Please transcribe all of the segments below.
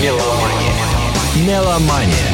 Меломания.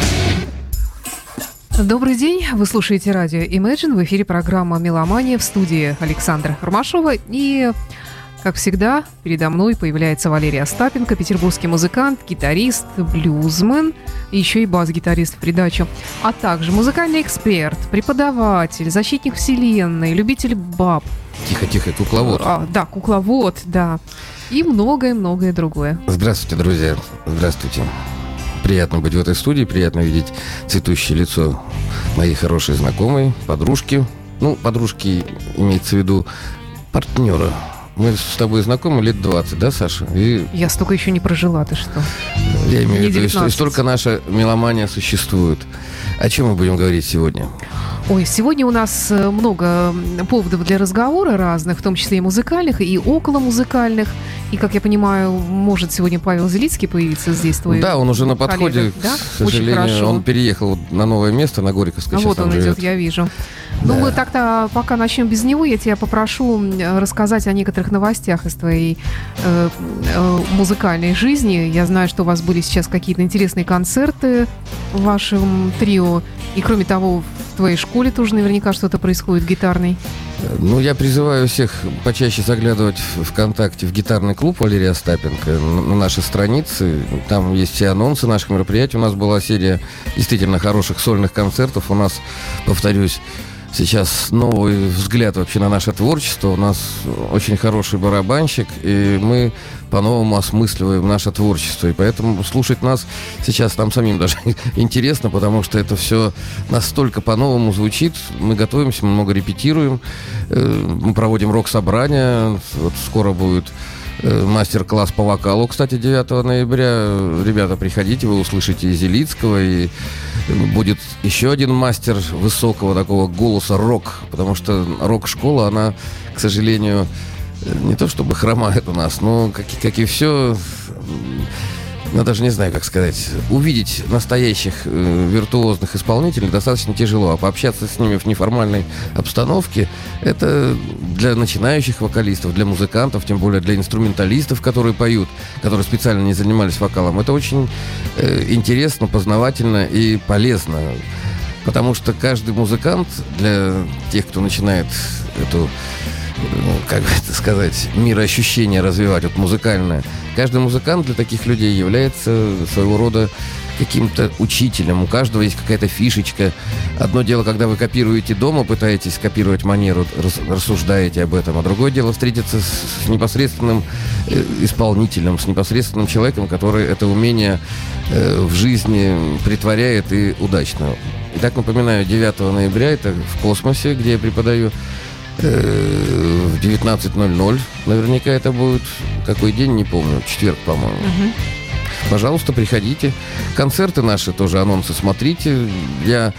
Добрый день, вы слушаете радио Imagine, в эфире программа «Меломания», в студии Александра Ромашова. И, как всегда, передо мной появляется Валерий Остапенко, петербургский музыкант, гитарист, блюзмен, еще и бас-гитарист в придачу, а также музыкальный эксперт, преподаватель, защитник вселенной, любитель баб. Тихо, кукловод. Да, кукловод, да. И многое-многое другое. Здравствуйте, друзья. Здравствуйте. Приятно быть в этой студии, приятно видеть цветущее лицо моей хорошей знакомой, подружки. Ну, подружки имеется в виду партнера. Мы с тобой знакомы лет 20, да, Саша? И я столько еще не прожила, ты что? Я имею в виду, и столько наша меломания существует. О чем мы будем говорить сегодня? Ой, сегодня у нас много поводов для разговора разных, в том числе и музыкальных, и околомузыкальных. И, как я понимаю, может сегодня Павел Зелицкий появиться здесь, твой Да, он уже на подходе, да? К сожалению. Он переехал на новое место, на Горьковской. Вот он идет, я вижу. Да. Ну, мы так-то, пока начнем без него, я тебя попрошу рассказать о некоторых новостях из твоей музыкальной жизни. Я знаю, что у вас были сейчас какие-то интересные концерты в вашем трио. И, кроме того, в твоей школе тоже наверняка что-то происходит гитарный. Ну, я призываю всех почаще заглядывать в ВКонтакте в гитарный клуб Валерия Остапенко, на наши страницы. Там есть все анонсы наших мероприятий. У нас была серия действительно хороших сольных концертов. У нас, повторюсь, сейчас новый взгляд вообще на наше творчество. У нас очень хороший барабанщик, и мы по-новому осмысливаем наше творчество. И поэтому слушать нас сейчас нам самим даже интересно, потому что это все настолько по-новому звучит. Мы готовимся, мы много репетируем. Мы проводим рок-собрания. Вот скоро будет мастер-класс по вокалу, кстати, 9 ноября. Ребята, приходите, вы услышите и Зелицкого, и будет еще один мастер высокого такого голоса рок, потому что рок-школа, она, к сожалению, не то чтобы хромает у нас, но, как и все, я даже не знаю, как сказать, увидеть настоящих виртуозных исполнителей достаточно тяжело, а пообщаться с ними в неформальной обстановке, это для начинающих вокалистов, для музыкантов, тем более для инструменталистов, которые поют, которые специально не занимались вокалом, это очень интересно, познавательно и полезно, потому что каждый музыкант, для тех, кто начинает эту, как бы это сказать, мироощущение развивать, вот музыкальное. Каждый музыкант для таких людей является своего рода каким-то учителем. У каждого есть какая-то фишечка. Одно дело, когда вы копируете дома, пытаетесь копировать манеру, рассуждаете об этом. А другое дело встретиться с непосредственным исполнителем, с непосредственным человеком, который это умение в жизни притворяет и удачно. Итак, напоминаю, 9 ноября это в Космосе, где я преподаю. В 19:00 наверняка это будет. Какой день, не помню. Четверг, по-моему. Пожалуйста, приходите. Концерты наши тоже, анонсы смотрите. Я,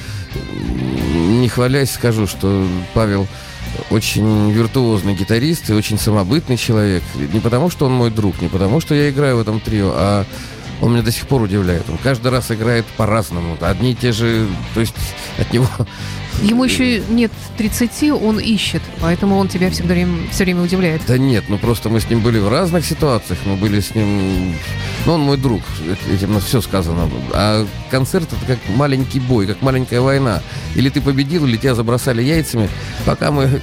не хвалясь, скажу, что Павел очень виртуозный гитарист и очень самобытный человек. Не потому, что он мой друг, не потому, что я играю в этом трио, а он меня до сих пор удивляет. Он каждый раз играет по-разному. Одни и те же... То есть от него... Ему еще нет 30, он ищет, поэтому он тебя все время удивляет. Да нет, ну просто мы с ним были в разных ситуациях, мы были с ним... Ну, он мой друг, этим все сказано. А концерт — это как маленький бой, как маленькая война. Или ты победил, или тебя забросали яйцами, пока мы...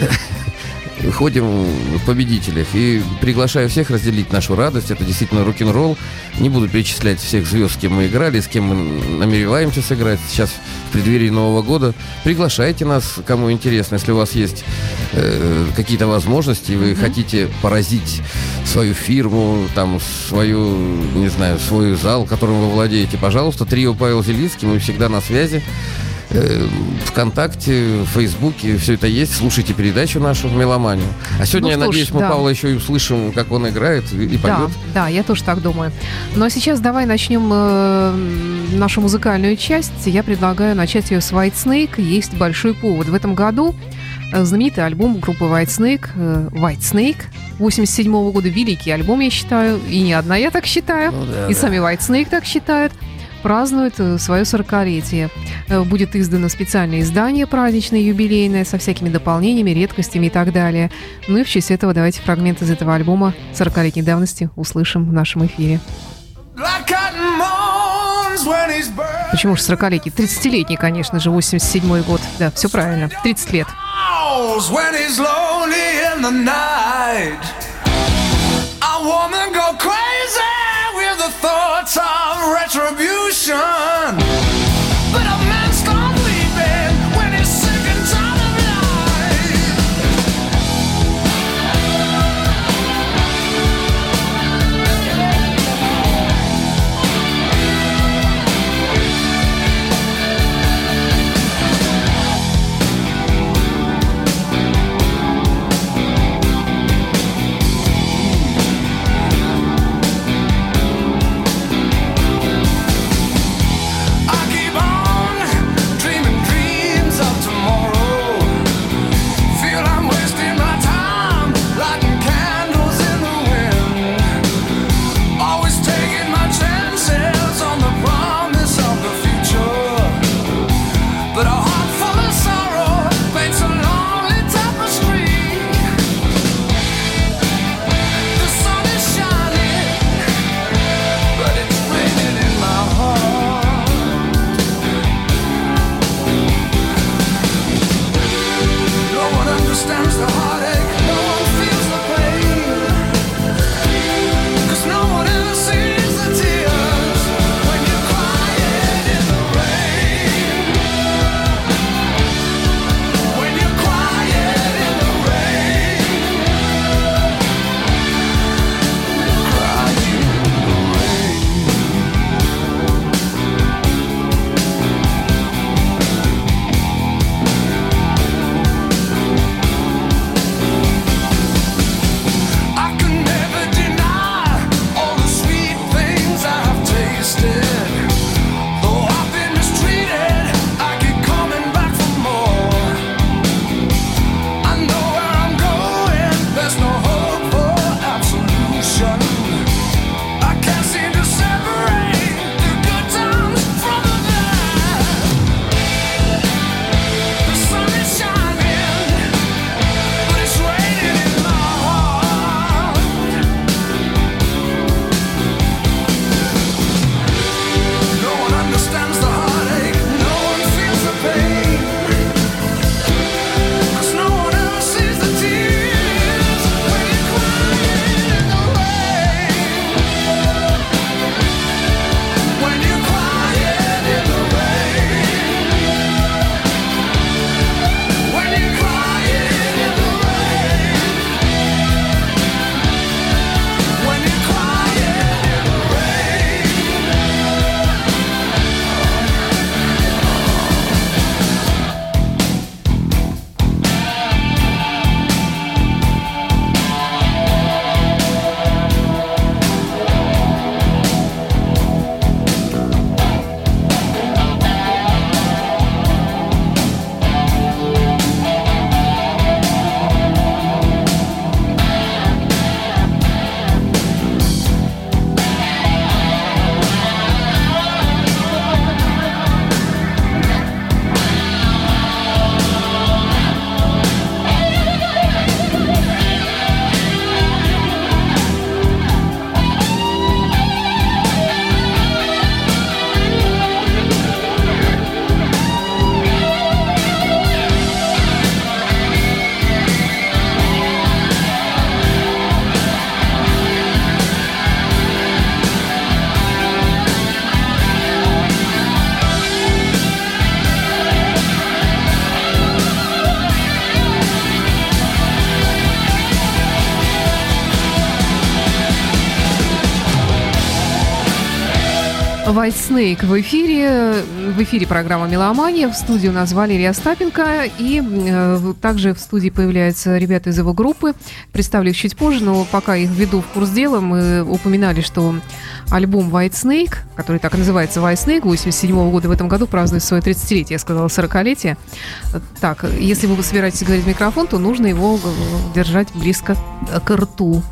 ходим в победителях. И приглашаю всех разделить нашу радость. Это действительно рок-н-ролл. Не буду перечислять всех звезд, с кем мы играли, с кем мы намереваемся сыграть сейчас в преддверии Нового года. Приглашайте нас, кому интересно. Если у вас есть какие-то возможности, и вы хотите поразить свою фирму, там, свою, не знаю, свой зал, которым вы владеете, пожалуйста, трио Павел Зелицкий, мы всегда на связи. ВКонтакте, в Фейсбуке, все это есть. Слушайте передачу нашу «Меломанию». А сегодня, я надеюсь, мы Павла еще и услышим, как он играет и поет. Да, я тоже так думаю. Ну а сейчас давай начнем нашу музыкальную часть. Я предлагаю начать ее с White Snake. Есть большой повод. В этом году знаменитый альбом группы White Snake 87 года. Великий альбом, я считаю. И не одна я так считаю. Ну, да, и сами White Snake так считают. Празднует свое 40-летие. Будет издано специальное издание праздничное, юбилейное, со всякими дополнениями, редкостями и так далее. Ну и в честь этого давайте фрагмент из этого альбома 40-летней давности услышим в нашем эфире. Like Почему же 40-летний? 30-летний, конечно же, 87-й год. Да, все правильно. 30 лет. White Snake в эфире программа «Меломания». В студии у нас Валерия Остапенко. И также в студии появляются ребята из его группы. Представлю их чуть позже, но пока их введу в курс дела, мы упоминали, что альбом White Snake, который так и называется White Snake, 87 года, в этом году празднует свое 30-летие, я сказала 40-летие. Так, если вы собираетесь говорить в микрофон, то нужно его держать близко к рту.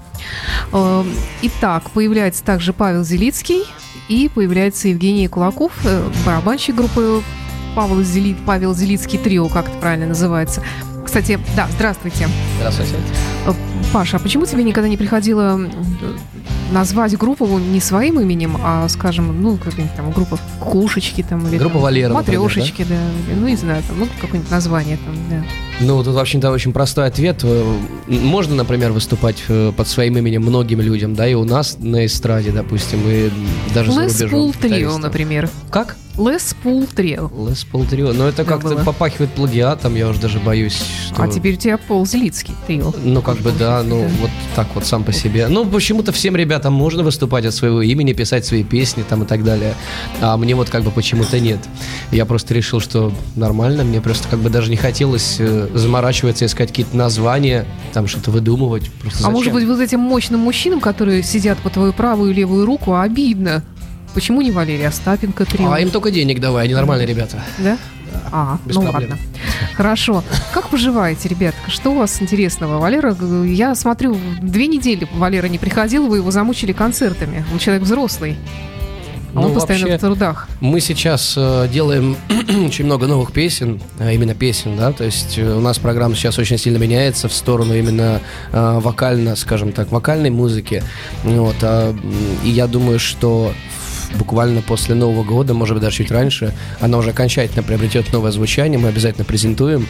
Итак, появляется также Павел Зелицкий и появляется Евгений Кулаков, барабанщик группы Павел Зелицкий трио, как это правильно называется. Кстати, да, здравствуйте. Здравствуйте. Паша, а почему тебе никогда не приходило назвать группу не своим именем, а, скажем, ну, какая-нибудь там группа Кукушечки там, или группа там, Валера, Матрешечки, да? Ну, не знаю, там, ну, какое-нибудь название там, да. Ну, тут, в общем-то, очень простой ответ. Можно, например, выступать под своим именем многим людям, да, и у нас на эстраде, допустим, и даже за Les рубежом. Paul Trio, например. Как? Les Paul Trio. Les Paul Trio. Но это как-то было. попахивает плагиатом, я уже даже боюсь, что... А теперь у тебя Пол Зелицкий Трио. Ну, как бы, да, ну, вот так вот сам по себе. Ну, почему-то всем ребятам можно выступать от своего имени, писать свои песни там и так далее. А мне вот как бы почему-то нет. Я просто решил, что нормально, мне просто как бы даже не хотелось заморачиваться, искать какие-то названия, там что-то выдумывать. Просто А зачем? может быть, вот этим мощным мужчинам, которые сидят по твою правую и левую руку, обидно? Почему не Валерий Остапенко Трио? А им только денег давай, они нормальные ребята. Да? без ну проблем. ладно. Хорошо. Как поживаете, ребят? Что у вас интересного? Валера, я смотрю, 2 недели Валера не приходил, вы его замучили концертами. Он человек взрослый. А Ну, он постоянно вообще, в трудах. Мы сейчас делаем очень много новых песен, именно песен, да, то есть у нас программа сейчас очень сильно меняется в сторону именно вокально, скажем так, вокальной музыки, вот, и я думаю, что буквально после Нового года, может быть, даже чуть раньше, она уже окончательно приобретет новое звучание, мы обязательно презентуем,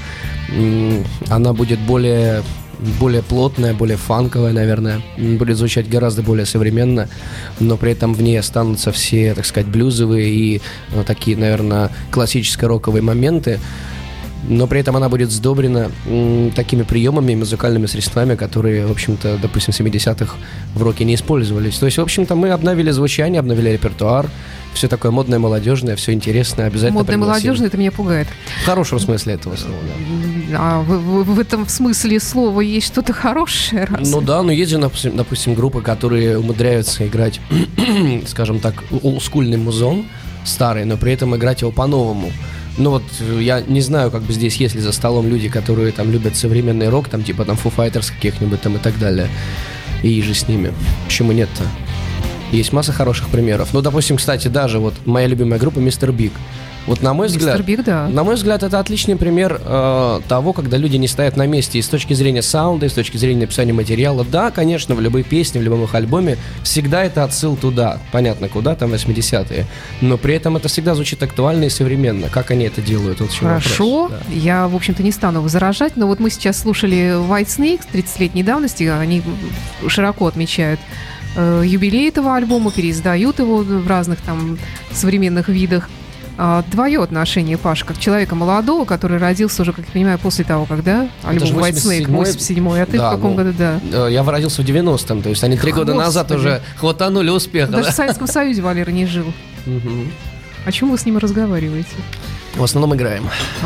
она будет более плотная, более фанковая, наверное, будет звучать гораздо более современно, но при этом в ней останутся все, так сказать, блюзовые и такие, наверное, классическо-роковые моменты, но при этом она будет сдобрена такими приемами, музыкальными средствами, которые, в общем-то, допустим, в 70-х в роке не использовались. То есть, в общем-то, мы обновили звучание, обновили репертуар, все такое модное, молодежное, все интересное, обязательно Модное, пригласим. молодежное, это меня пугает. В хорошем смысле этого слова, да. А в этом смысле слова есть что-то хорошее? Разве? Ну да, но есть же, допустим, группы, которые умудряются играть, скажем так, олдскульный музон, старый, но при этом играть его по-новому. Ну вот, я не знаю, как бы здесь есть ли за столом люди, которые там любят современный рок, там типа там Foo Fighters каких-нибудь там и так далее. И же с ними. Почему нет-то? Есть масса хороших примеров. Ну, допустим, кстати, даже вот моя любимая группа Mr. Big. Вот на мой взгляд, Mr. Big, да. на мой взгляд, это отличный пример того, когда люди не стоят на месте. И с точки зрения саунда, и с точки зрения написания материала, да, конечно, в любой песне, в любом их альбоме всегда это отсыл туда. Понятно, куда, там 80-е. Но при этом это всегда звучит актуально и современно. Как они это делают? Вот Хорошо. вопрос, да. Я, в общем-то, не стану возражать, но вот мы сейчас слушали White Snake 30-летней давности, они широко отмечают юбилей этого альбома, переиздают его в разных там современных видах. Твое отношение, Паш, как человека молодого, который родился уже, как я понимаю, после того, когда альбом White Snake 87-й, а ты да, в каком году, да? Я родился в 90-м, то есть они 3 года назад Господи. уже хватанули успеха. Даже да? в Советском Союзе Валера не жил. Мгм. О чем вы с ним разговариваете? В основном играем.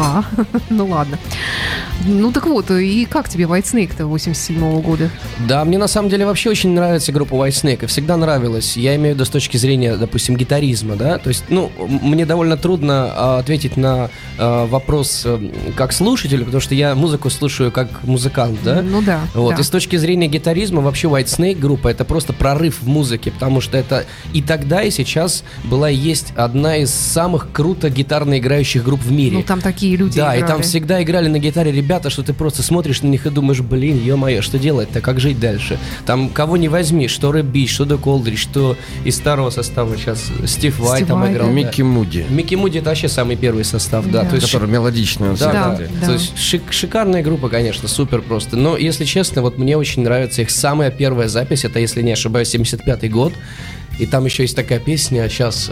Ну ладно. Ну так вот, и как тебе White Snake-то 87-го года? Да, мне на самом деле вообще очень нравится группа White Snake, и всегда нравилась. Я имею в виду с точки зрения, допустим, гитаризма, да, то есть, ну, мне довольно трудно ответить на вопрос как слушателю, потому что я музыку слушаю как музыкант, да. Ну да. Вот, да. и с точки зрения гитаризма вообще White Snake группа это просто прорыв в музыке, потому что это и тогда, и сейчас была и есть одна из самых круто гитарно играющих групп в мире. Ну там такие люди Да, играли. и там всегда играли на гитаре ребята, что ты просто смотришь на них и думаешь, блин, ё-моё, что делать-то, как жить дальше? Там кого не возьми, что Рэп Бич, что Док Олдрич, что из старого состава сейчас Стив Вай там Вай, играл. да. да. Микки Муди, Микки Муди это вообще самый первый состав, да. Да. То есть который мелодичный. на да, самом да, деле. да. То есть шикарная группа, конечно, супер просто. Но, если честно, вот мне очень нравится их самая первая запись. Это, если не ошибаюсь, 75-й год. И там еще есть такая песня сейчас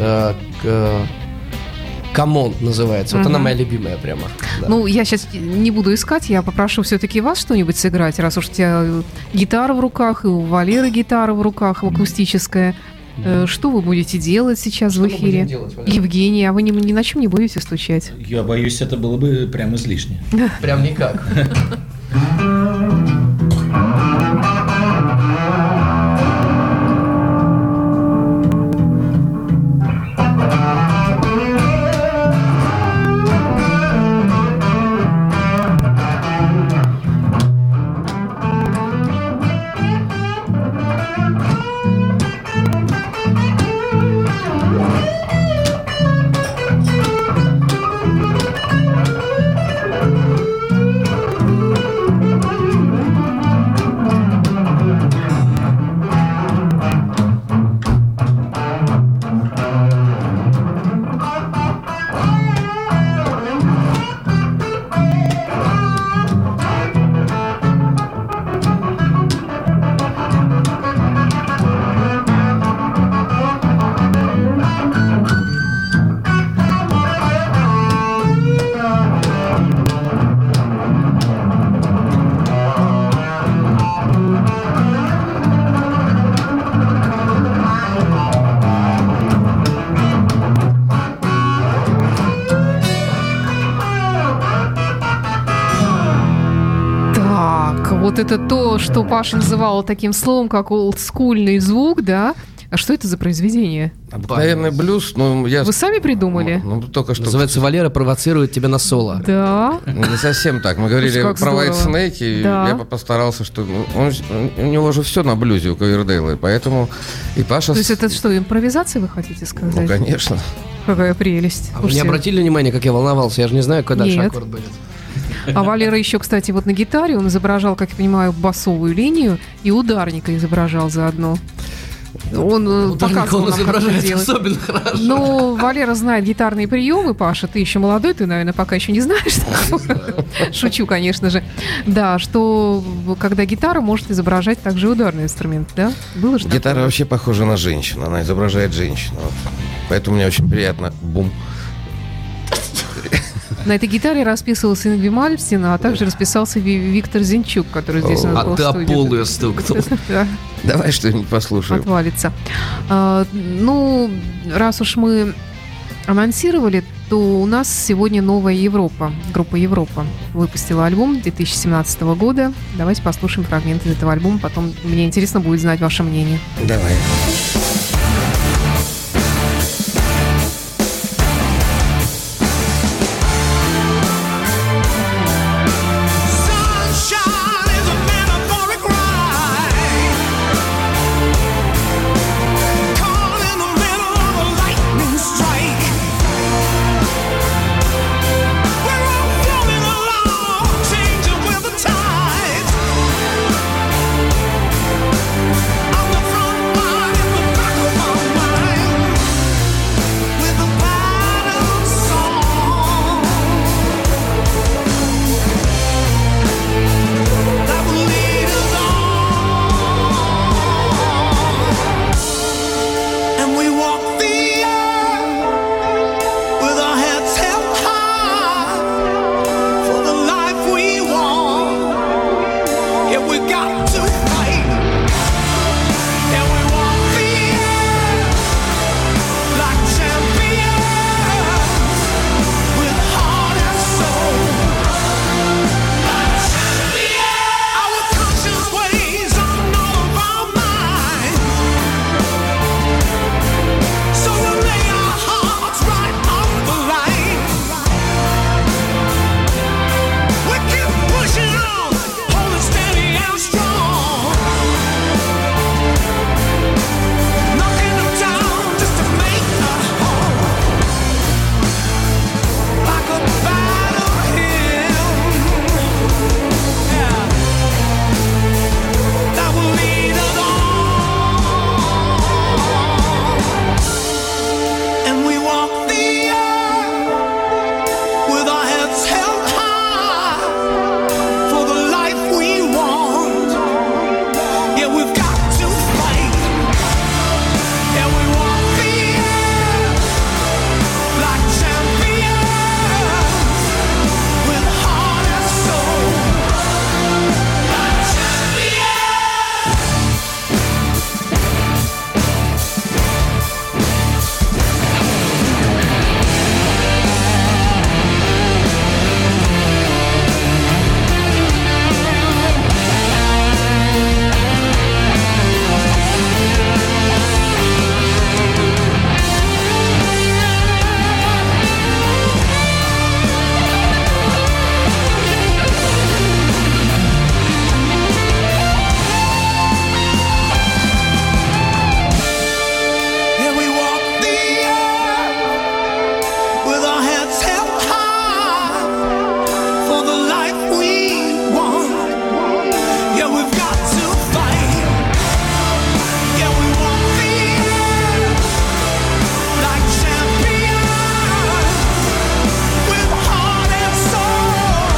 «Камон» называется. Вот она моя любимая прямо. Да. Ну, я сейчас не буду искать, я попрошу все-таки вас что-нибудь сыграть, раз уж у тебя гитара в руках, и у Валеры гитара в руках, акустическая. Что вы будете делать сейчас в мы эфире? будем делать, Валера? Евгений, а вы ни на чем не будете стучать? Я боюсь, это было бы прям излишне. Прям никак. это то, что Паша называл таким словом, как олдскульный звук, да? А что это за произведение? Обыкновенный блюз, Вы сами придумали? Только что. Называется «Валера провоцирует тебя на соло». Да. Не совсем так. Мы говорили Как про здорово. White Snake, и Да. я постарался, что у него же все на блюзе у Ковердейла, поэтому и Паша... То есть это что, импровизация, вы хотите сказать? Ну, конечно. Какая прелесть. А вы не обратили внимания, как я волновался? Я же не знаю, какой дальше Нет. аккорд будет. А Валера еще, кстати, вот на гитаре он изображал, как я понимаю, басовую линию и ударника изображал заодно. Он показывал он нам, как это изображает делать. особенно хорошо. Ну, Валера знает гитарные приемы, Паша, ты еще молодой, ты, наверное, пока еще не знаешь. Шучу, конечно же. Да, что когда гитара может изображать также ударный инструмент, да? Было же Гитара такое? вообще похожа на женщину, она изображает женщину. Поэтому мне очень приятно. Бум. На этой гитаре расписывался Ингви Мальмстин, а также расписался Виктор Зинчук, который здесь у нас был А в ты о студии. пол ее стукнул. Да. Давай что-нибудь послушаем. Отвалится. Ну, раз уж мы анонсировали, то у нас сегодня новая Европа. Группа Европа выпустила альбом 2017 года. Давайте послушаем фрагменты из этого альбома. Потом мне интересно будет знать ваше мнение. Давай. Sunshine is a metaphoric ride, caught in the middle of a lightning strike. We're all floating along, changing with the tides. On the front line, in the back of my mind, with a battle song that will lead us on. And we walk the earth with our heads held high for the life we want. Yeah, we got to fight. And we walk the earth like champions with heart and soul. Our conscious ways on all of our minds, so we'll lay our hearts right on the line. We keep pushing on, holding steady and strong, knocking them down just to make a home, like a battle hymn. Yeah. That will lead us on. And we walk the earth with our heads held high for the life we want. Yeah, we've got to fight. Yeah, we walk the earth like champions with heart and soul. Yeah, we walk the earth with our heads held high for the life we want. Yeah, we've got to fight. Yeah, we walk the earth like champions with heart and soul.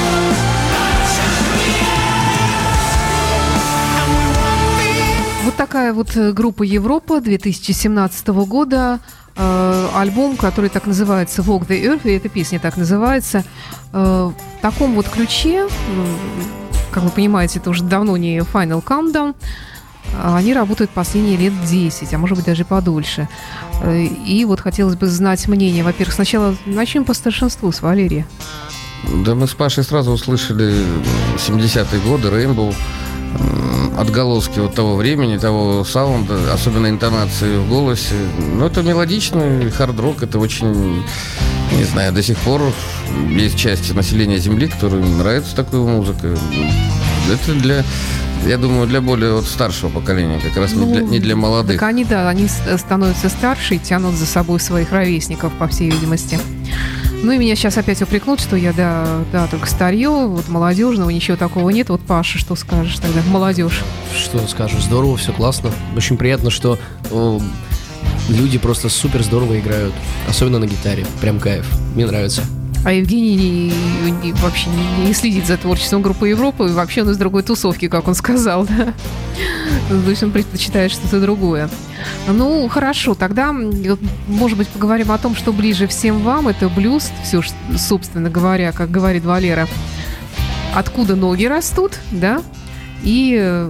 And we walk the earth. Вот такая вот группа Европа 2017 года. Альбом, который так называется «Walk the Earth», и эта песня так называется. В таком вот ключе, как вы понимаете, это уже давно не Final Countdown. Они работают последние лет 10, а может быть даже подольше. И вот хотелось бы знать мнение. Во-первых, сначала начнем по старшинству с Валерия. Да мы с Пашей сразу услышали 70-е годы, Rainbow, отголоски вот того времени, того саунда, особенно интонации в голосе. Ну, это мелодичный хард-рок, это очень, не знаю, до сих пор есть часть населения Земли, которым нравится такая музыка. Это для, я думаю, для более вот старшего поколения, как раз не для молодых. Так они становятся старше и тянут за собой своих ровесников, по всей видимости. Ну и меня сейчас опять упрекнут, что я, да, только старье, вот молодежного, ничего такого нет. Вот, Паша, что скажешь тогда? Молодежь. Что скажу, здорово, все классно. Очень приятно, что люди просто супер здорово играют. Особенно на гитаре. Прям кайф. Мне нравится. А Евгений вообще не следит за творчеством группы Европа, и вообще он из другой тусовки, как он сказал, да? То есть он предпочитает что-то другое. Ну, хорошо, тогда, может быть, поговорим о том, что ближе всем вам. Это блюз, все, собственно говоря, как говорит Валера. Откуда ноги растут, да? И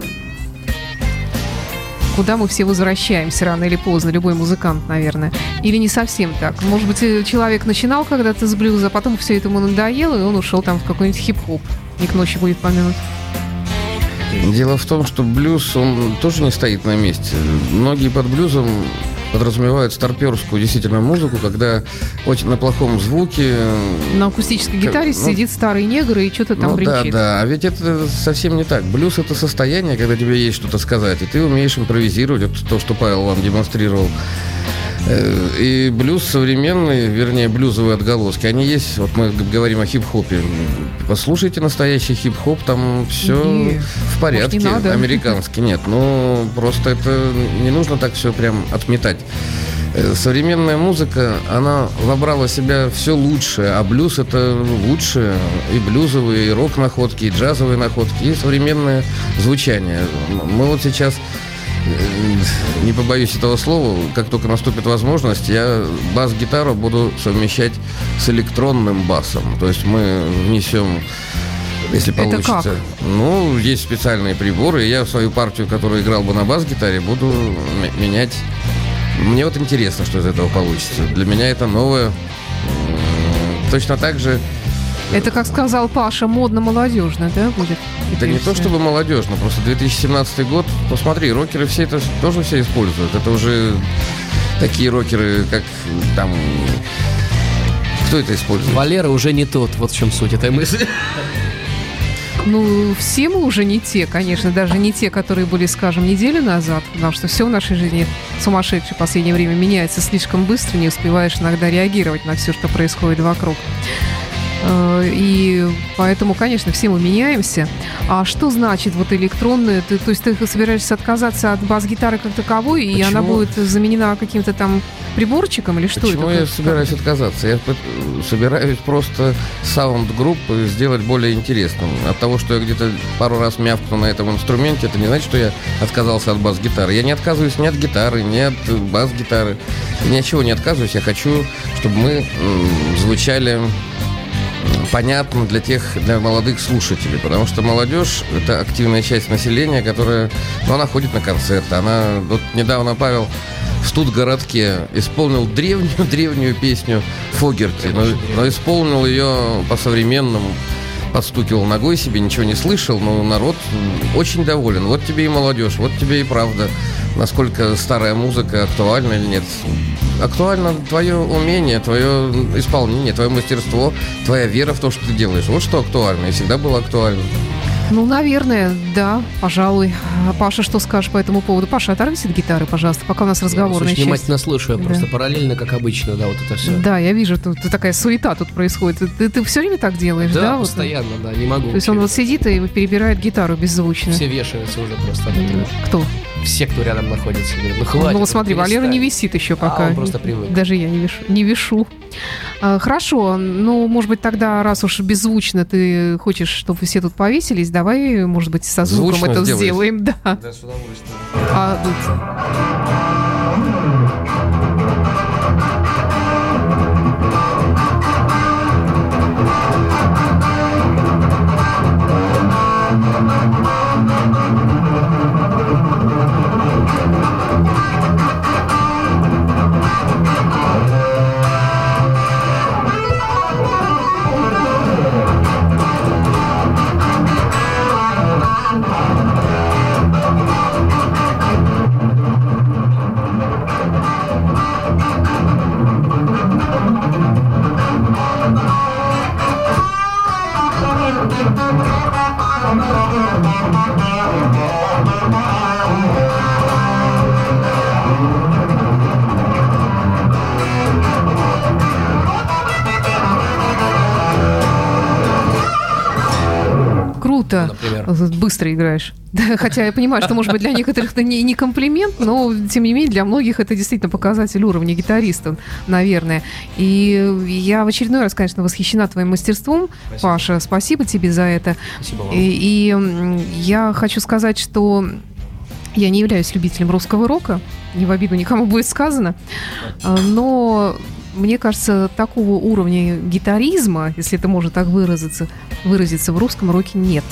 куда мы все возвращаемся рано или поздно, любой музыкант, наверное. Или не совсем так. Может быть, человек начинал когда-то с блюза, а потом все это ему надоело, и он ушел там в какой-нибудь хип-хоп. Не к ночи будет помянут. Дело в том, что блюз, он тоже не стоит на месте. Многие под блюзом подразумевают старперскую действительно музыку, когда очень на плохом звуке. На акустической гитаре сидит старый негр и что-то там бренчит. Да. А ведь это совсем не так. Блюз — это состояние, когда тебе есть что-то сказать, и ты умеешь импровизировать. Это то, что Павел вам демонстрировал. И блюз современный, вернее, блюзовые отголоски, они есть. Вот мы говорим о хип-хопе. Послушайте настоящий хип-хоп, там все в порядке. Может, американский. Нет, ну просто это не нужно так все прям отметать. Современная музыка, она вобрала в себя все лучшее, а блюз — это лучшее. И блюзовые, и рок-находки, и джазовые находки, и современное звучание. Мы вот сейчас, не побоюсь этого слова, как только наступит возможность, я бас-гитару буду совмещать с электронным басом. То есть мы внесем, если получится. Это как? Ну, есть специальные приборы, и я свою партию, которую играл бы на бас-гитаре, буду менять. Мне вот интересно, что из этого получится. Для меня это новое. Точно так же. Это, как сказал Паша, модно-молодежно, да, будет? Это не то чтобы молодежно, просто 2017 год. Посмотри, рокеры все это тоже все используют. Это уже такие рокеры, как там... Кто это использует? Валера уже не тот, вот в чем суть этой мысли. Ну, все мы уже не те, конечно, даже не те, которые были, скажем, неделю назад, потому что все в нашей жизни сумасшедшее в последнее время меняется слишком быстро, не успеваешь иногда реагировать на все, что происходит вокруг. И поэтому, конечно, все мы меняемся. А что значит вот электронная? То есть ты собираешься отказаться от бас-гитары как таковой, и она будет заменена каким-то там приборчиком или что? Почему это? Я собираюсь отказаться? Я собираюсь просто саунд группы сделать более интересным. От того, что я где-то пару раз мявкну на этом инструменте, это не значит, что я отказался от бас-гитары. Я не отказываюсь ни от гитары, ни от бас-гитары. Ни от чего не отказываюсь. Я хочу, чтобы мы звучали понятно для молодых слушателей, потому что молодежь — это активная часть населения, которая, она ходит на концерты. Вот недавно Павел в Студгородке исполнил древнюю песню Фогерти, но исполнил ее по-современному, подстукивал ногой себе, ничего не слышал, но народ очень доволен. Вот тебе и молодежь, вот тебе и правда, насколько старая музыка актуальна или нет. Актуально твое умение, твое исполнение, твое мастерство, твоя вера в то, что ты делаешь. Вот что актуально, и всегда было актуально. Ну, наверное, да, пожалуй. Паша, что скажешь по этому поводу? Паша, оторвись от гитары, пожалуйста, пока у нас разговорная часть. Внимательно слушаю, Да. просто параллельно, как обычно, да, вот это все. Да, я вижу, тут такая суета тут происходит. Ты все время так делаешь, да? Да, вот? постоянно, да, не могу. То есть он вот вообще. сидит и перебирает гитару беззвучно. Все вешаются уже просто от этого. Кто? Все, кто рядом находится. Говорят, ну хватит. Ну вот смотри, Валера не перестань. висит еще пока. он просто привык. Даже я не вишу. Хорошо, ну, может быть, тогда, раз уж беззвучно ты хочешь, чтобы все тут повесились, давай, может быть, со звуком Звучно это сделай. сделаем. Да. Да, с удовольствием. как-то например. быстро играешь. Да, хотя я понимаю, что, может быть, для некоторых это не комплимент, но, тем не менее, для многих это действительно показатель уровня гитариста, наверное. И я в очередной раз, конечно, восхищена твоим мастерством, Спасибо. Паша. Спасибо тебе за это. Спасибо вам. И я хочу сказать, что я не являюсь любителем русского рока, не в обиду никому будет сказано, но мне кажется, такого уровня гитаризма, если это можно так выразиться в русском роке нет.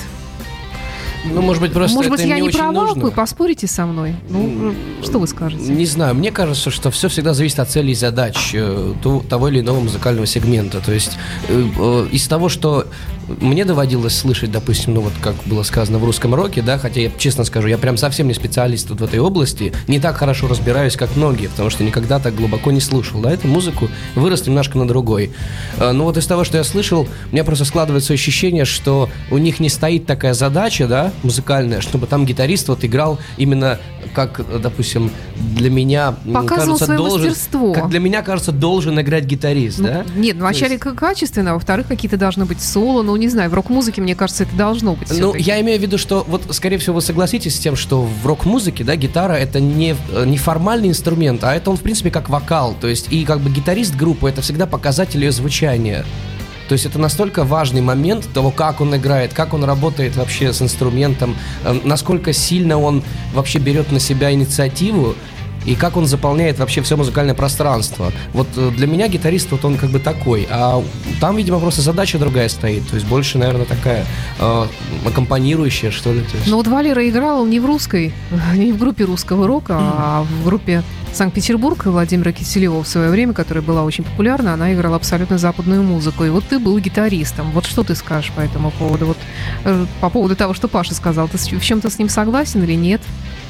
Ну, может быть, просто Может это быть, им я не очень права, нужно. вы поспорите со мной? Ну, что вы скажете? Не знаю, мне кажется, что все всегда зависит от целей и задач того или иного музыкального сегмента. То есть из того, что мне доводилось слышать, допустим, ну вот как было сказано в русском роке, да, хотя я честно скажу, я прям совсем не специалист вот в этой области, не так хорошо разбираюсь, как многие, потому что никогда так глубоко не слушал, да, эту музыку, вырос немножко на другой. Но вот из того, что я слышал, у меня просто складывается ощущение, что у них не стоит такая задача, да, музыкальная, чтобы там гитарист вот играл именно как, допустим, для меня Показывал кажется, свое должен, мастерство. как для меня кажется, должен играть гитарист, Ну, да? нет, вначале То есть- качественно, а во-вторых, какие-то должны быть соло, ну, не знаю, в рок-музыке, мне кажется, это должно быть. Ну, всё-таки. я имею в виду, что вот, скорее всего, вы согласитесь с тем, что в рок-музыке, да, гитара это не формальный инструмент, а это он, в принципе, как вокал. То есть, и как бы гитарист группы это всегда показатель ее звучания. То есть это настолько важный момент того, как он играет, как он работает вообще с инструментом, насколько сильно он вообще берет на себя инициативу и как он заполняет вообще все музыкальное пространство. Вот для меня гитарист вот он как бы такой, а там, видимо, просто задача другая стоит, то есть больше, наверное, такая аккомпанирующая, что ли. То есть. Но вот Валера играл не в русской, не в группе русского рока, а в группе Санкт-Петербург Владимира Киселева в свое время, которая была очень популярна, она играла абсолютно западную музыку. И вот ты был гитаристом. Вот что ты скажешь по этому поводу? Вот по поводу того, что Паша сказал. Ты в чем-то с ним согласен или нет?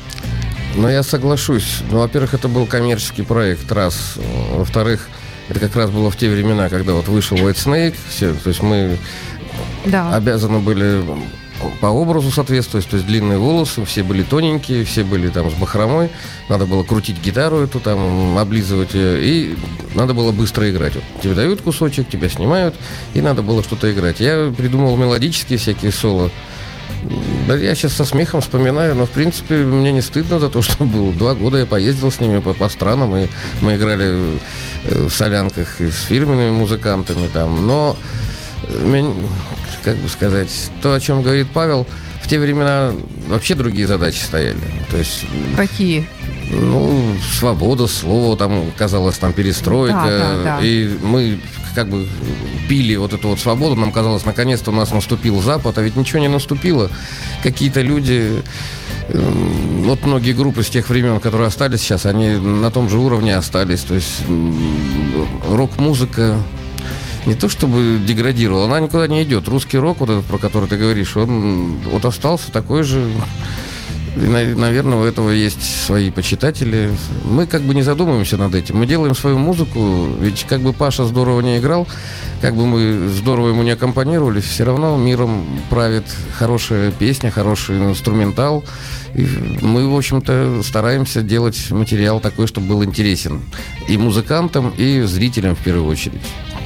Ну, я соглашусь. Ну, во-первых, это был коммерческий проект, раз. Во-вторых, это как раз было в те времена, когда вот вышел Whitesnake. Все, то есть мы Да. обязаны были по образу соответствовать, то есть длинные волосы, все были тоненькие, все были там с бахромой, надо было крутить гитару эту, там, облизывать ее, и надо было быстро играть. Вот тебе дают кусочек, тебя снимают, и надо было что-то играть. Я придумал мелодические всякие соло. Да, я сейчас со смехом вспоминаю, но, в принципе, мне не стыдно за то, что было 2 года я поездил с ними по странам, и мы играли в солянках и с фирменными музыкантами там, но, как бы сказать, то, о чем говорит Павел, в те времена вообще другие задачи стояли. То есть, Какие? ну, свобода слова, там, казалось, там, перестройка, Да. и мы как бы пили вот эту вот свободу, нам казалось, наконец-то у нас наступил Запад, а ведь ничего не наступило. Какие-то люди, вот многие группы с тех времен, которые остались сейчас, они на том же уровне остались, то есть рок-музыка не то чтобы деградировала, она никуда не идет. Русский рок, вот этот, про который ты говоришь, он вот остался такой же. И, наверное, у этого есть свои почитатели. Мы как бы не задумываемся над этим. Мы делаем свою музыку, ведь как бы Паша здорово не играл, как бы мы здорово ему не аккомпанировали, все равно миром правит хорошая песня, хороший инструментал. И мы, в общем-то, стараемся делать материал такой, чтобы был интересен и музыкантам, и зрителям в первую очередь.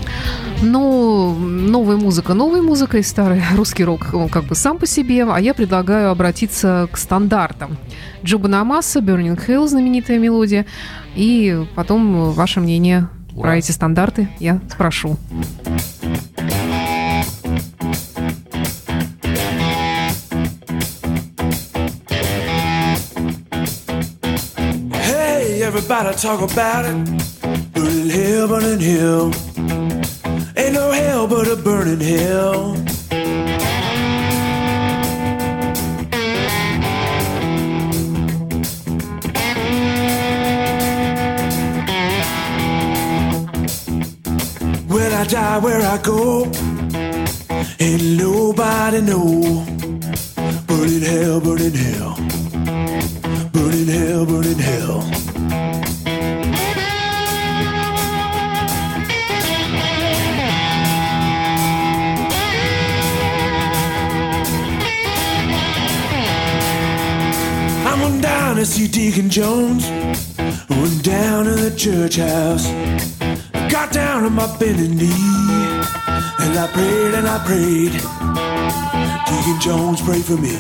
Ну, новая музыка и старый русский рок, он как бы сам по себе, а я предлагаю обратиться к стандартам. Джо Бонамасса, Burning Hell, знаменитая мелодия, и потом ваше мнение Ура. про эти стандарты я спрошу. Hey, everybody talk about it. Burning hell, burning hell. Ain't no hell but a burning hell. When I die, where I go, ain't nobody know. Burning hell, burning hell. Burning hell, burning hell. I went down to see Deacon Jones. Went down to the church house. Got down on my bended knee. And I prayed and I prayed. Deacon Jones, pray for me.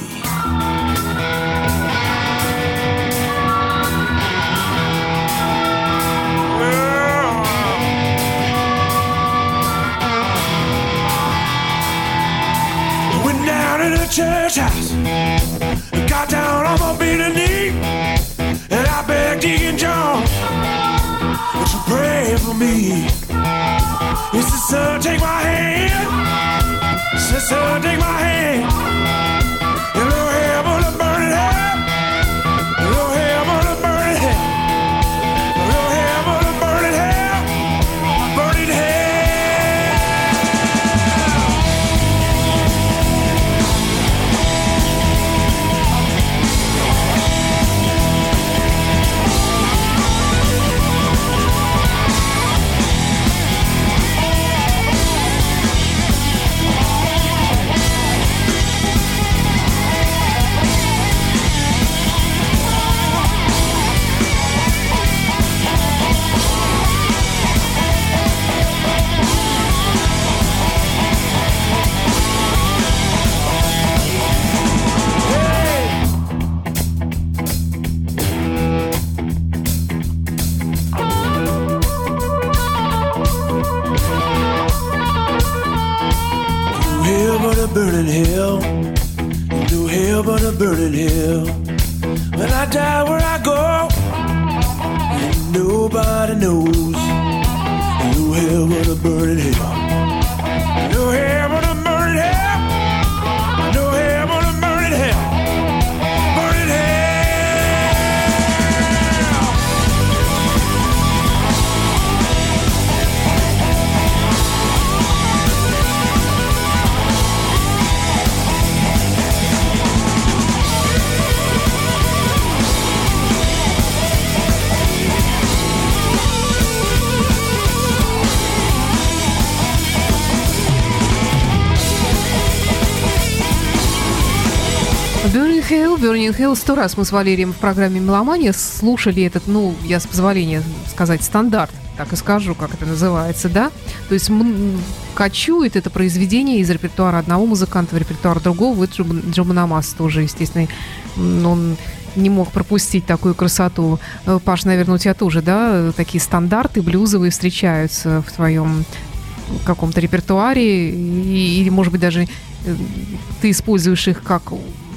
Went down to the church house, got down on my bended knee, and I begged Deacon Jones to pray for me. He said, son, take my hand. He said, son, take my hand. A little hell on the burning hell. A little hell on the burning hell. A little hell on the burning hell. Burning hell. Burning hell, no hell but a burning hell. When I die, where I go, and nobody knows. No hell but a burning hell, no hell but a burning hell, no hell but a burning hell, burning hell. Burning Hell. 100 раз мы с Валерием в программе «Меломания» слушали этот, ну, я с позволения сказать, стандарт, так и скажу, как это называется, да? То есть кочует это произведение из репертуара одного музыканта в репертуар другого. Вот Джо Бонамасс тоже, естественно, он не мог пропустить такую красоту. Паш, наверное, у тебя тоже, да, такие стандарты блюзовые встречаются в твоем каком-то репертуаре, или, может быть, даже ты используешь их как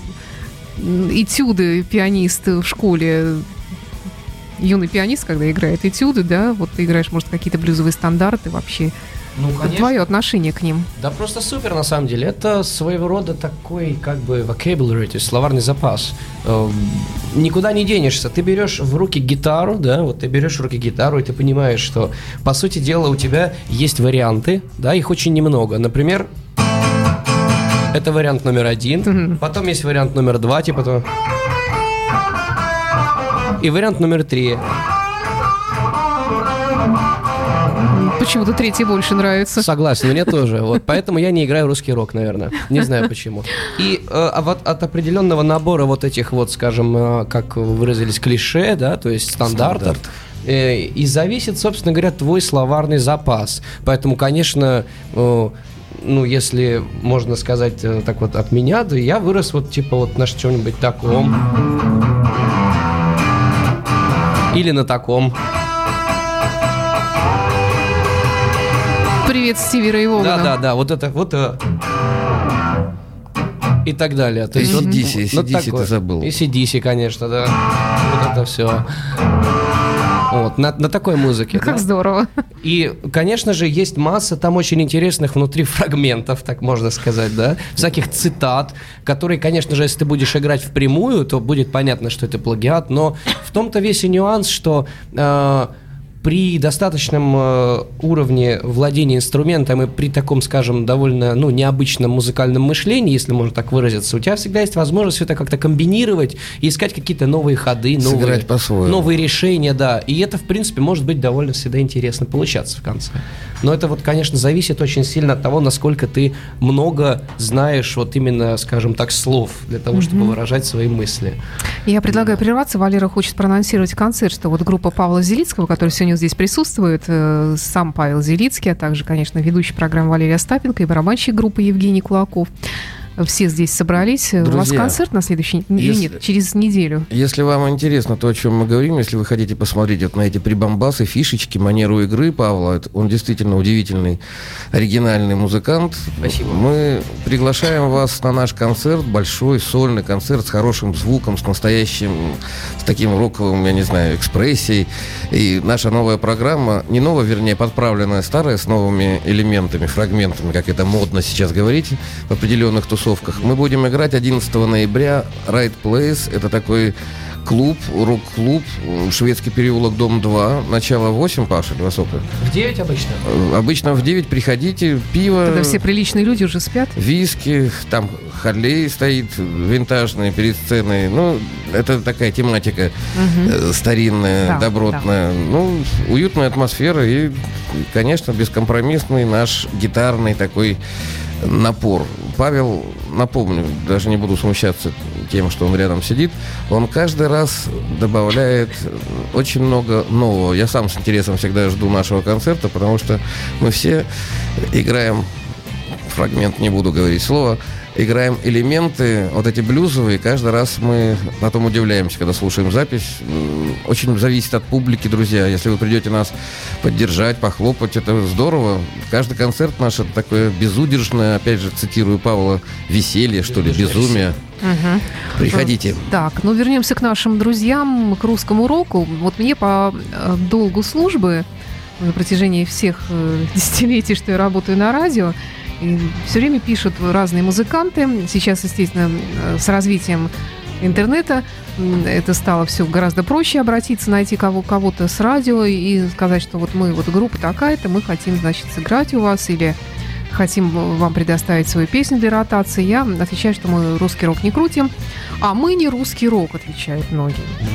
этюды пианист в школе, юный пианист, когда играет этюды, да, вот ты играешь, может, какие-то блюзовые стандарты вообще. Ну, конечно. Твое отношение к ним? Да просто супер, на самом деле. Это своего рода такой, как бы, vocabulary, то есть словарный запас. Никуда не денешься. Ты берешь в руки гитару, да, вот ты берешь в руки гитару, и ты понимаешь, что, по сути дела, у тебя есть варианты, да, их очень немного. Например, это вариант номер 1, потом есть вариант номер 2, типа то, и вариант номер 3. Почему-то третий больше нравится. Согласен, мне тоже. Вот, поэтому я не играю русский рок, наверное. Не знаю почему. И вот от определенного набора вот этих вот, скажем, как выразились, клише, да, то есть стандартов, и зависит, собственно говоря, твой словарный запас. Поэтому, конечно, ну, если можно сказать так вот от меня, да, я вырос вот типа вот на чем-нибудь таком. Или на таком. Привет, Стиви Рэй Вогана. Да, вот это вот. И так далее. То есть AC/DC ты забыл. AC/DC, конечно, да. Вот это все. Вот, на такой музыке. Как да? Здорово. И, конечно же, есть масса там очень интересных внутри фрагментов, так можно сказать, да, всяких цитат, которые, конечно же, если ты будешь играть впрямую, то будет понятно, что это плагиат, но в том-то весь и нюанс, что при достаточном уровне владения инструментом и при таком, скажем, довольно, ну, необычном музыкальном мышлении, если можно так выразиться, у тебя всегда есть возможность все это как-то комбинировать и искать какие-то новые ходы, новые решения, да. И это, в принципе, может быть довольно всегда интересно получаться в конце. Но это вот, конечно, зависит очень сильно от того, насколько ты много знаешь вот именно, скажем так, слов для того, чтобы выражать свои мысли. Я предлагаю прерваться. Валера хочет проанонсировать концерт, что вот группа Павла Зелицкого, который сегодня здесь присутствует, сам Павел Зелицкий, а также, конечно, ведущий программы Валерий Остапенко и барабанщик группы Евгений Кулаков, все здесь собрались. Друзья, у вас концерт на следующий... Нет, через неделю. Если вам интересно то, о чем мы говорим, если вы хотите посмотреть вот на эти прибамбасы, фишечки, манеру игры Павла, он действительно удивительный, оригинальный музыкант. Спасибо. Мы приглашаем вас на наш концерт, большой сольный концерт с хорошим звуком, с настоящим, с таким роковым, я не знаю, экспрессией. И наша новая программа, не новая, вернее, подправленная старая, с новыми элементами, фрагментами, как это модно сейчас говорить, в определенных тусовках. Мы будем играть 11 ноября Right Place. Это такой клуб, рок-клуб, Шведский переулок, дом 2. Начало 8, Паша, или высокое? В 9 обычно? Обычно в 9 приходите, пиво. Когда все приличные люди уже спят. Виски, там Харлей стоит винтажный перед сценой. Ну, это такая тематика старинная, Да, добротная. Ну, уютная атмосфера и, конечно, бескомпромиссный наш гитарный такой напор. Павел, напомню, даже не буду смущаться тем, что он рядом сидит, он каждый раз добавляет очень много нового. Я сам с интересом всегда жду нашего концерта, потому что мы все играем, фрагмент, не буду говорить слово, играем элементы, вот эти блюзовые, каждый раз мы потом удивляемся, когда слушаем запись. Очень зависит от публики, друзья. Если вы придете нас поддержать, похлопать, это здорово. Каждый концерт наш — это такое безудержное, опять же, цитирую Павла, веселье, что ли, безумие. Приходите. Так, ну вернемся к нашим друзьям, к русскому року. Вот мне по долгу службы на протяжении всех десятилетий, что я работаю на радио, и все время пишут разные музыканты. Сейчас, естественно, с развитием интернета это стало все гораздо проще обратиться, найти кого-то с радио и сказать, что вот мы, вот группа такая-то, мы хотим, значит, сыграть у вас или хотим вам предоставить свою песню для ротации. Я отвечаю, что мы русский рок не крутим, а мы не русский рок, отвечают многие.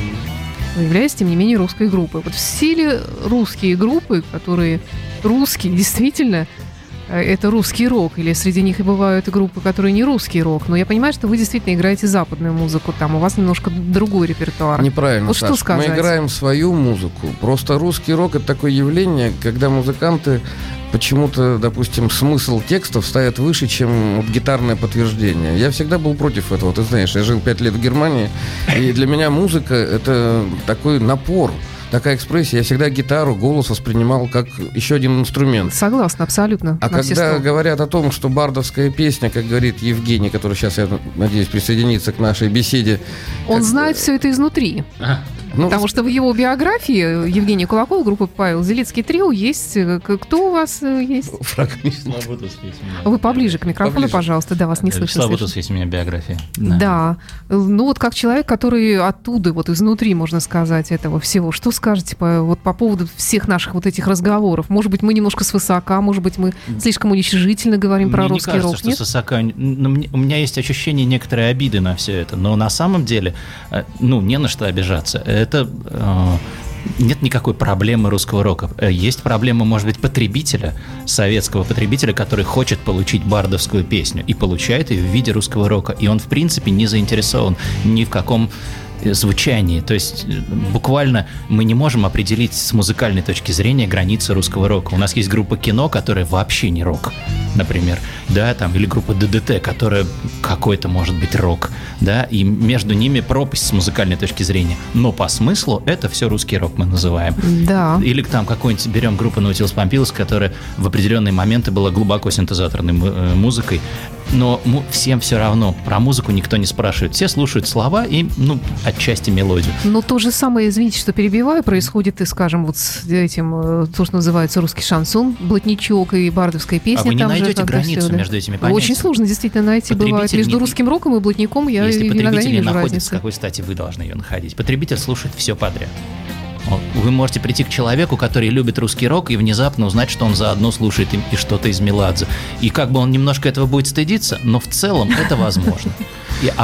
Вы являетесь, тем не менее, русской группой. Вот в стиле русские группы, которые русские, действительно, это русский рок, или среди них и бывают группы, которые не русский рок. Но я понимаю, что вы действительно играете западную музыку, там у вас немножко другой репертуар. Неправильно, вот Саш, что сказать? Мы играем свою музыку. Просто русский рок — это такое явление, когда музыканты почему-то, допустим, смысл текстов ставят выше, чем вот гитарное подтверждение. Я всегда был против этого, ты знаешь. Я жил 5 лет в Германии, и для меня музыка — это такой напор, такая экспрессия. Я всегда гитару, голос воспринимал как еще один инструмент. Согласна, абсолютно. А когда говорят о том, что бардовская песня, как говорит Евгений, который сейчас, я надеюсь, присоединится к нашей беседе... Он знает все это изнутри. Ну, потому что в его биографии Евгения Кулакова, группа Павел Зелицкий трио, есть... Кто у вас есть? Вы поближе к микрофону, пожалуйста. Да, вас не слышно. Слабутус есть у меня биография. Да. Ну вот как человек, который оттуда, вот изнутри, можно сказать, этого всего, что скажете по поводу всех наших вот этих разговоров? Может быть, мы немножко свысока, может быть, мы слишком уничижительно говорим про русский рок? Мне не кажется, что свысока. У меня есть ощущение некоторой обиды на все это, но на самом деле, не на что обижаться. Это нет никакой проблемы русского рока. Есть проблема, может быть, потребителя, советского потребителя, который хочет получить бардовскую песню и получает ее в виде русского рока. И он, в принципе, не заинтересован ни в каком звучании. То есть буквально мы не можем определить с музыкальной точки зрения границы русского рока. У нас есть группа «Кино», которая вообще не рок, например, да, там, или группа «ДДТ», которая какой-то, может быть, рок, да, и между ними пропасть с музыкальной точки зрения. Но по смыслу это все русский рок мы называем. Да. Или там какой-нибудь берем группу Nautilus Pompilus, которая в определенные моменты была глубоко синтезаторной музыкой, но всем все равно, про музыку никто не спрашивает. Все слушают слова и, отчасти мелодию. Но то же самое, извините, что перебиваю, происходит и, скажем, вот с этим, то, что называется русский шансон, блатничок и бардовская песня. А вы не там найдете же, границу между этими понятиями? Очень сложно действительно найти, бывает. Между русским роком и блатником я Если иногда не потребитель вижу находится, разницы. с какой стати вы должны ее находить? Потребитель слушает все подряд. Вы можете прийти к человеку, который любит русский рок, и внезапно узнать, что он заодно слушает и что-то из Меладзе. И как бы он немножко этого будет стыдиться, но в целом это возможно. А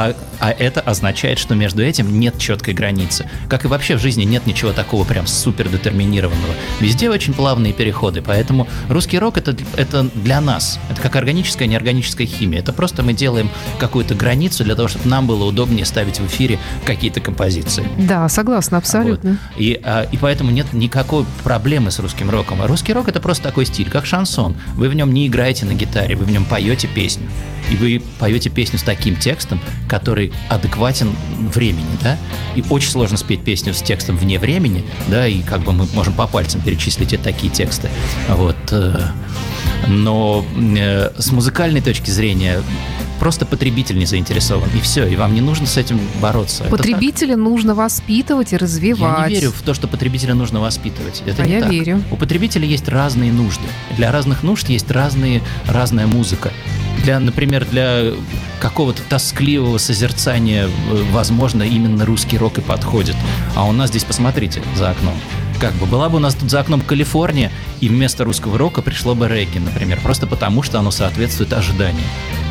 А это означает, что между этим нет четкой границы. Как и вообще в жизни нет ничего такого прям супер детерминированного. Везде очень плавные переходы, поэтому русский рок это для нас. Это как органическая, неорганическая химия. Это просто мы делаем какую-то границу для того, чтобы нам было удобнее ставить в эфире какие-то композиции. Да, согласна, абсолютно. Вот. И поэтому нет никакой проблемы с русским роком. А русский рок это просто такой стиль, как шансон. Вы в нем не играете на гитаре, вы в нем поете песню. И вы поете песню с таким текстом, который адекватен времени, да? И очень сложно спеть песню с текстом вне времени, да, и как бы мы можем по пальцам перечислить такие тексты. Вот. Но с музыкальной точки зрения просто потребитель не заинтересован, и все, и вам не нужно с этим бороться. Потребителя нужно воспитывать и развивать. Я не верю в то, что потребителя нужно воспитывать. Это не я так. верю. У потребителя есть разные нужды. Для разных нужд есть разная музыка. Например, для какого-то тоскливого созерцания, возможно, именно русский рок и подходит. А у нас здесь, посмотрите, за окном. Как бы была бы у нас тут за окном Калифорния, и вместо русского рока пришло бы регги, например, просто потому, что оно соответствует ожиданиям.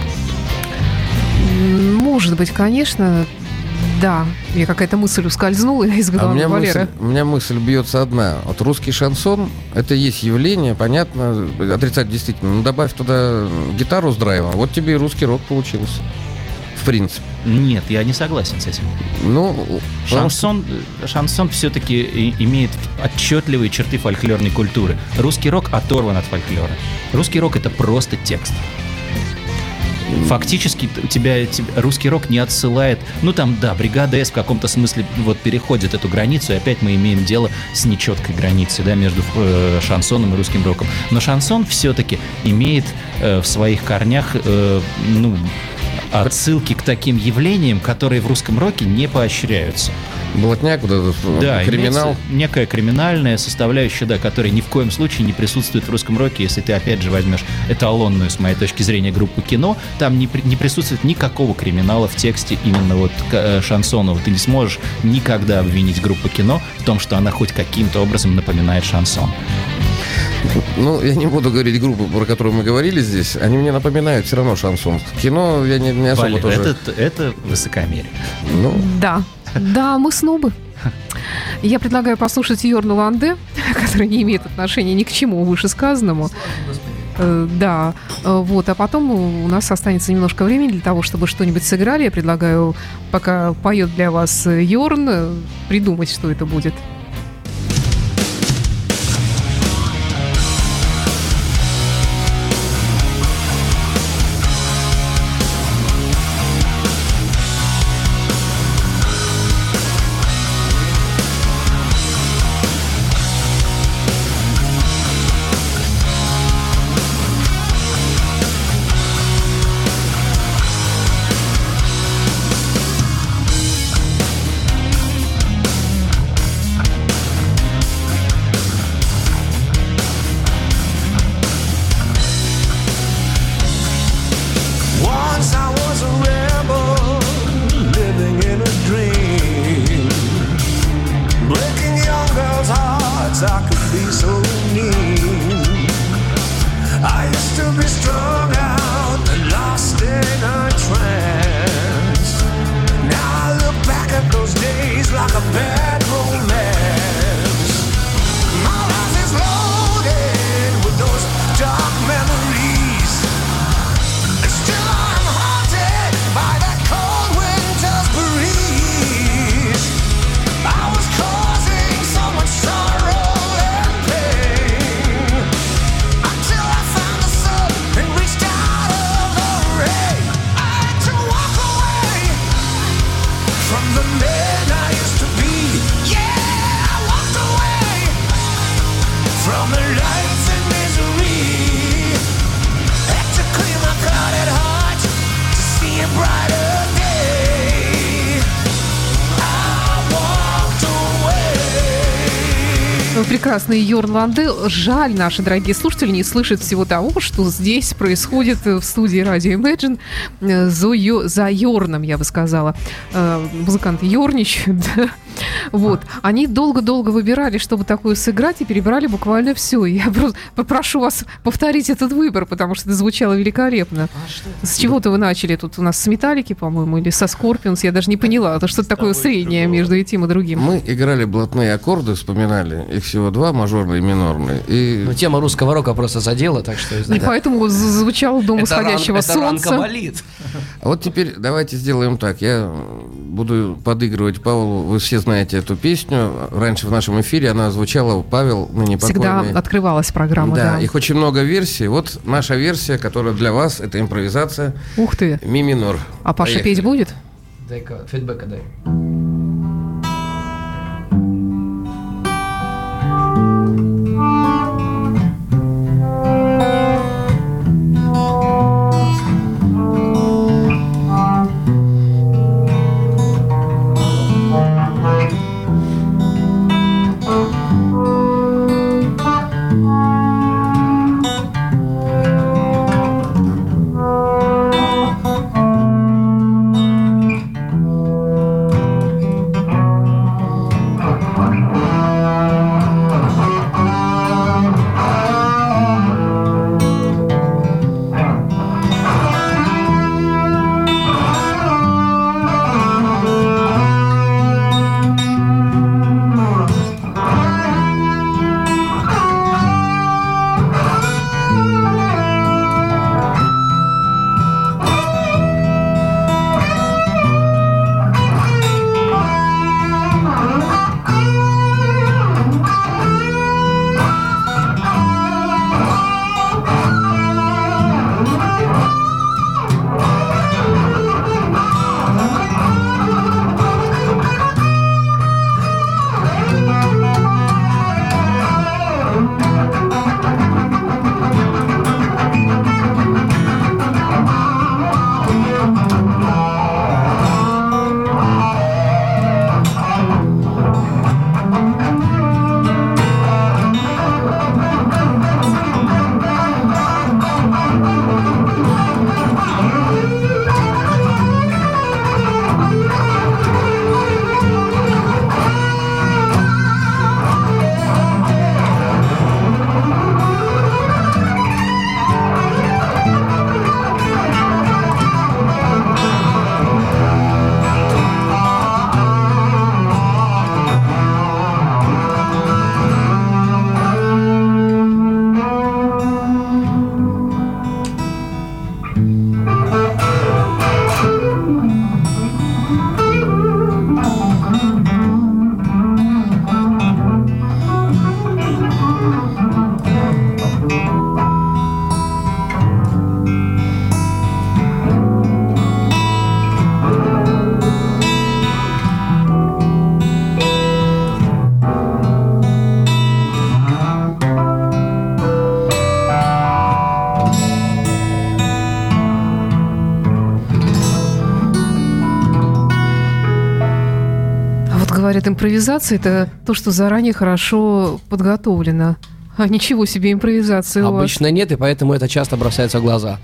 Может быть, конечно, да. Мне какая-то мысль ускользнула из головы Валеры. У меня мысль бьется одна. Вот русский шансон, это есть явление, понятно, отрицать действительно. Ну, добавь туда гитару с драйвом, вот тебе и русский рок получился. В принципе. Нет, я не согласен с этим. Ну, шансон все-таки имеет отчетливые черты фольклорной культуры. Русский рок оторван от фольклора. Русский рок — это просто текст. Фактически тебя русский рок не отсылает. Ну там, да, бригада С в каком-то смысле вот переходит эту границу, и опять мы имеем дело с нечеткой границей, да, между шансоном и русским роком. Но шансон все-таки имеет в своих корнях отсылки к таким явлениям, которые в русском роке не поощряются. Блатняк, да, криминал. Некая криминальная составляющая, да, которая ни в коем случае не присутствует в русском роке. Если ты, опять же, возьмешь эталонную, с моей точки зрения, группу «Кино», там не присутствует никакого криминала в тексте именно вот шансонного. Ты не сможешь никогда обвинить группу «Кино» в том, что она хоть каким-то образом напоминает шансон. Ну, я не буду говорить группу, про которую мы говорили здесь. Они мне напоминают все равно шансон. Кино я не особо Валя, тоже... Это высокомерие. Ну... Да, мы снобы. Я предлагаю послушать Йорна Ланде, который не имеет отношения ни к чему вышесказанному. Да, вот, а потом у нас останется немножко времени для того, чтобы что-нибудь сыграли. Я предлагаю, пока поет для вас Йорн, придумать, что это будет. Прекрасный Йорнланды. Жаль, наши дорогие слушатели не слышат всего того, что здесь происходит в студии радио Imagine за Йорном, я бы сказала. Музыканты йорничают, да. Вот. Они долго-долго выбирали, чтобы такое сыграть, и перебрали буквально все. Я просто попрошу вас повторить этот выбор, потому что это звучало великолепно. С чего-то вы начали? Тут у нас с Металлики, по-моему, или со Scorpions, я даже не поняла. Это что-то такое среднее между этим и другим. Мы играли блатные аккорды, вспоминали. Их всего два, мажорные и минорные. И... Ну, тема русского рока просто задела, так что... И поэтому звучал «Дом восходящего солнца». Это ранка болит. А вот теперь давайте сделаем так. Я буду подыгрывать Павлу. Вы все знаете эту песню. Раньше в нашем эфире она звучала. Павел, ныне покойный. Всегда открывалась программа, да. Их очень много версий. Вот наша версия, которая для вас, это импровизация. Ух ты. Ми минор. А Паша Поехали. петь будет? Дай-ка, фидбэка дай. Говорят, импровизация – это то, что заранее хорошо подготовлено. А ничего себе импровизация у вас. Обычно нет, и поэтому это часто бросается в глаза.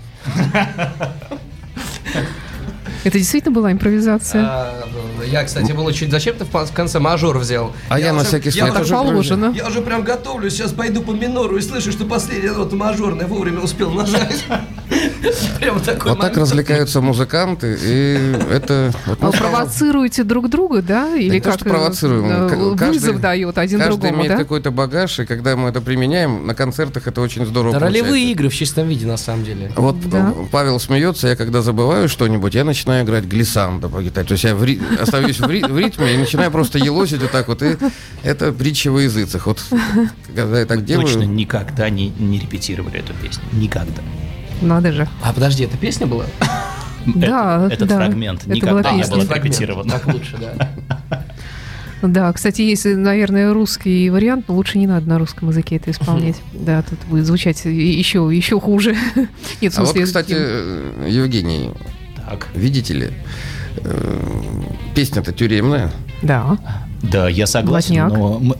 Это действительно была импровизация? Я, кстати, был очень... Зачем ты в конце мажор взял? Я на всякий случай так положено. Я уже прям готовлюсь, сейчас пойду по минору и слышу, что последняя нота мажорная, вовремя успел нажать. Прям такой вот так развлекаются музыканты, и это... Вы провоцируете друг друга, да? Или как провоцируем. Вызов дает один другому, да? Каждый имеет какой-то багаж, и когда мы это применяем, на концертах это очень здорово получается. Ролевые игры в чистом виде, на самом деле. Вот Павел смеется, я когда забываю что-нибудь, я начинаю играть глиссандо по гитаре. То есть я остаюсь в ритме и начинаю просто елозить вот так вот. И это притча во языцах. Вот когда я так делаю... Точно никогда не репетировали эту песню. Никогда. Надо же. А подожди, это песня была? Да, этот фрагмент никогда не был отрепетирован. Так лучше, да. Да, кстати, есть, наверное, русский вариант, но лучше не надо на русском языке это исполнять. Да, тут будет звучать еще хуже. Нет, в смысле, вот, кстати, Евгений, видите ли, песня-то тюремная. Да. Да, я согласен, Блатняк. но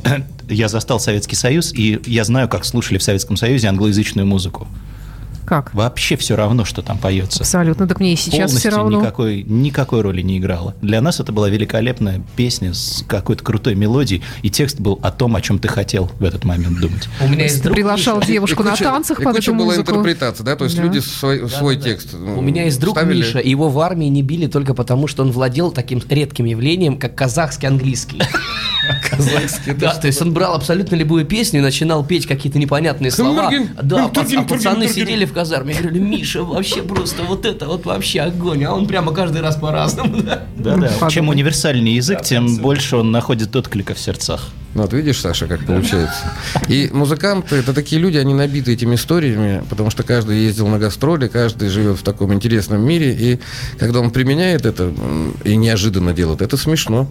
я застал Советский Союз, и я знаю, как слушали в Советском Союзе англоязычную музыку. Как? Вообще все равно, что там поется. Абсолютно. Так мне и сейчас все равно. Никакой роли не играло. Для нас это была великолепная песня с какой-то крутой мелодией, и текст был о том, о чем ты хотел в этот момент думать. У меня есть Ты приглашал девушку на танцах под эту была музыку. интерпретация, да? То есть люди свой текст У меня есть друг ставили. Миша, и его в армии не били только потому, что он владел таким редким явлением, как казахский английский. Казахский. Да, то есть он брал абсолютно любую песню и начинал петь какие-то непонятные слова. Да, а пацаны сидели в казарме и говорили: Миша, вообще просто вот это вот вообще огонь. А он прямо каждый раз по-разному. Да. Чем универсальнее язык, тем больше он находит отклика в сердцах. Ну, вот видишь, Саша, как получается. И музыканты — это такие люди, они набиты этими историями, потому что каждый ездил на гастроли, каждый живет в таком интересном мире, и когда он применяет это и неожиданно делает, это смешно.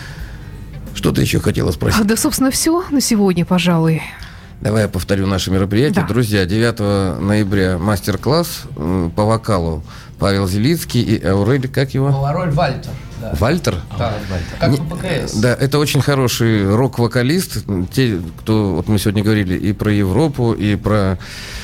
Что ты еще хотела спросить? Да, собственно, все на сегодня, пожалуй. Давай я повторю наше мероприятие. Да. Друзья, 9 ноября мастер-класс по вокалу Павел Зелицкий и Аурель, как его? Павароль Вальтер. Да. Вальтер? Да, как по ПКС. Да, это очень хороший рок-вокалист. Те, кто, вот мы сегодня говорили и про Европу, и про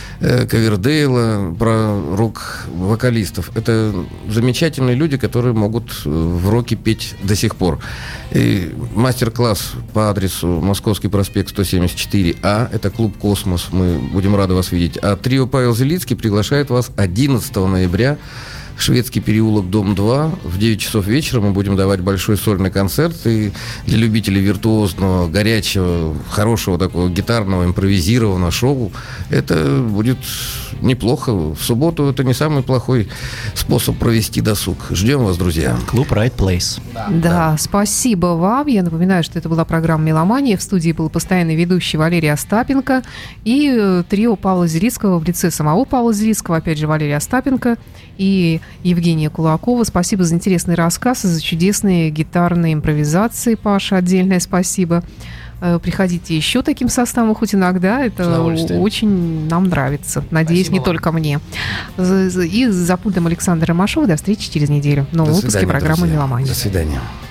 Ковердейла, про рок-вокалистов. Это замечательные люди, которые могут в роке петь до сих пор. И мастер-класс по адресу Московский проспект 174А. Это клуб «Космос». Мы будем рады вас видеть. А трио Павел Зелицкий приглашает вас 11 ноября. Шведский переулок, дом 2. В 9 часов вечера мы будем давать большой сольный концерт. И для любителей виртуозного, горячего, хорошего такого гитарного, импровизированного шоу это будет неплохо. В субботу это не самый плохой способ провести досуг. Ждем вас, друзья. Клуб Right Place. Да, спасибо вам. Я напоминаю, что это была программа «Меломания». В студии был постоянный ведущий Валерий Остапенко и трио Павла Зелицкого в лице самого Павла Зелицкого, опять же, Валерия Остапенко и Евгения Кулакова. Спасибо за интересный рассказ и за чудесные гитарные импровизации, Паша. Отдельное спасибо. Приходите еще таким составом, хоть иногда. Это очень нам нравится. Надеюсь, спасибо не только мне. И за пультом Александра Ромашова. До встречи через неделю в новом выпуске программы «Меломания». До свидания.